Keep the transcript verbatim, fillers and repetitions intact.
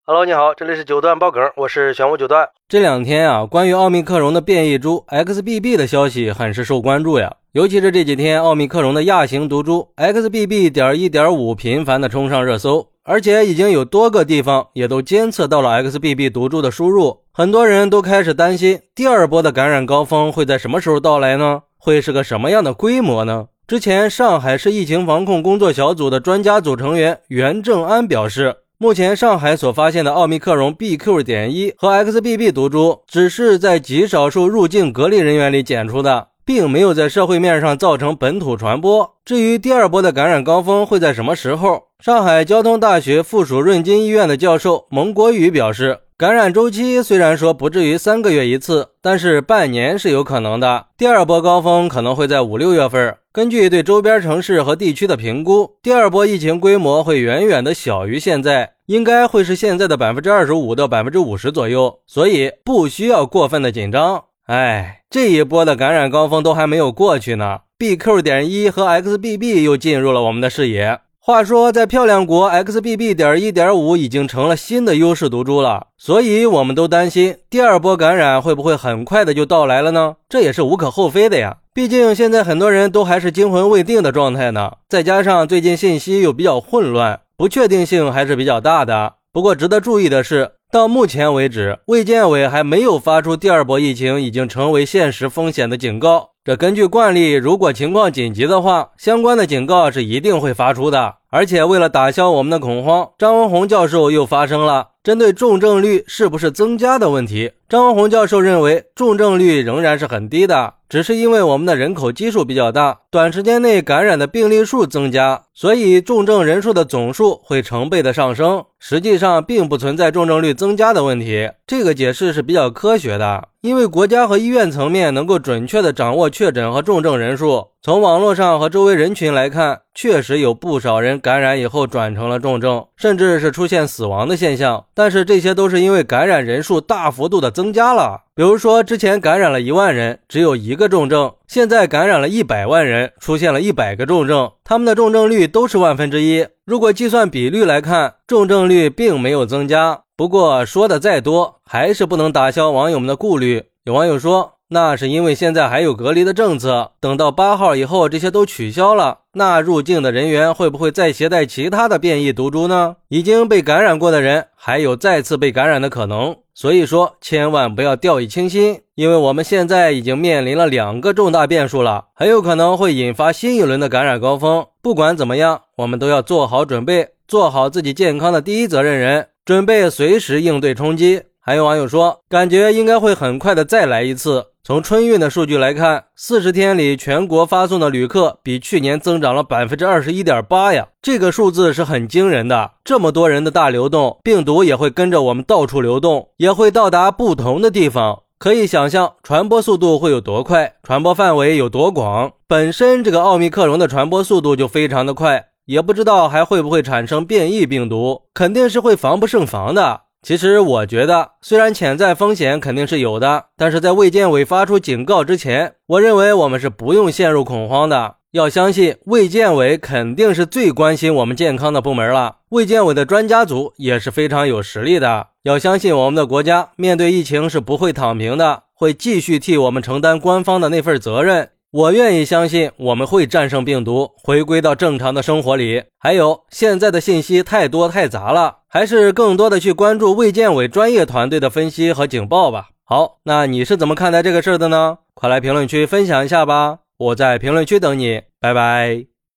Hello， 你好，这里是九段爆梗，我是玄武九段。这两天啊，关于奥密克戎的变异株 X B B 的消息很是受关注呀。尤其是这几天，奥密克戎的亚型毒株 X B B 点一点五 频繁的冲上热搜，而且已经有多个地方也都监测到了 X B B 毒株的输入。很多人都开始担心，第二波的感染高峰会在什么时候到来呢？会是个什么样的规模呢？之前上海市疫情防控工作小组的专家组成员袁正安表示，目前上海所发现的奥密克戎 B Q 点一 和 X B B 毒株只是在极少数入境隔离人员里检出的，并没有在社会面上造成本土传播。至于第二波的感染高峰会在什么时候，上海交通大学附属润金医院的教授蒙国宇表示，感染周期虽然说不至于三个月一次，但是半年是有可能的。第二波高峰可能会在五六月份。根据对周边城市和地区的评估，第二波疫情规模会远远的小于现在，应该会是现在的 百分之二十五 到 百分之五十 左右，所以不需要过分的紧张。哎，这一波的感染高峰都还没有过去呢， B Q 点一 和 X B B 又进入了我们的视野。话说在漂亮国 X B B 点一点五 已经成了新的优势毒株了，所以我们都担心第二波感染会不会很快的就到来了呢？这也是无可厚非的呀，毕竟现在很多人都还是惊魂未定的状态呢，再加上最近信息又比较混乱，不确定性还是比较大的。不过值得注意的是，到目前为止，卫健委还没有发出第二波疫情已经成为现实风险的警告。这根据惯例，如果情况紧急的话，相关的警告是一定会发出的。而且为了打消我们的恐慌，张文宏教授又发声了，针对重症率是不是增加的问题，张文宏教授认为重症率仍然是很低的，只是因为我们的人口基数比较大，短时间内感染的病例数增加，所以重症人数的总数会成倍的上升，实际上并不存在重症率增加的问题。这个解释是比较科学的，因为国家和医院层面能够准确地掌握确诊和重症人数，从网络上和周围人群来看，确实有不少人感染以后转成了重症，甚至是出现死亡的现象，但是这些都是因为感染人数大幅度的增加了。比如说之前感染了一万人，只有一个重症，现在感染了一百万人，出现了一百个重症，他们的重症率都是万分之一。如果计算比率来看，重症率并没有增加。不过说的再多，还是不能打消网友们的顾虑。有网友说，那是因为现在还有隔离的政策，等到八号以后这些都取消了，那入境的人员会不会再携带其他的变异毒株呢？已经被感染过的人还有再次被感染的可能，所以说千万不要掉以轻心，因为我们现在已经面临了两个重大变数了，很有可能会引发新一轮的感染高峰。不管怎么样，我们都要做好准备，做好自己健康的第一责任人，准备随时应对冲击。还有网友说，感觉应该会很快的再来一次。从春运的数据来看，四十天里全国发送的旅客比去年增长了 百分之二十一点八 呀，这个数字是很惊人的。这么多人的大流动，病毒也会跟着我们到处流动，也会到达不同的地方，可以想象传播速度会有多快，传播范围有多广。本身这个奥密克戎的传播速度就非常的快，也不知道还会不会产生变异病毒，肯定是会防不胜防的。其实我觉得，虽然潜在风险肯定是有的，但是在卫健委发出警告之前，我认为我们是不用陷入恐慌的。要相信卫健委肯定是最关心我们健康的部门了，卫健委的专家组也是非常有实力的。要相信我们的国家面对疫情是不会躺平的，会继续替我们承担官方的那份责任。我愿意相信我们会战胜病毒，回归到正常的生活里。还有，现在的信息太多太杂了，还是更多的去关注卫健委专业团队的分析和警报吧。好，那你是怎么看待这个事的呢？快来评论区分享一下吧，我在评论区等你，拜拜。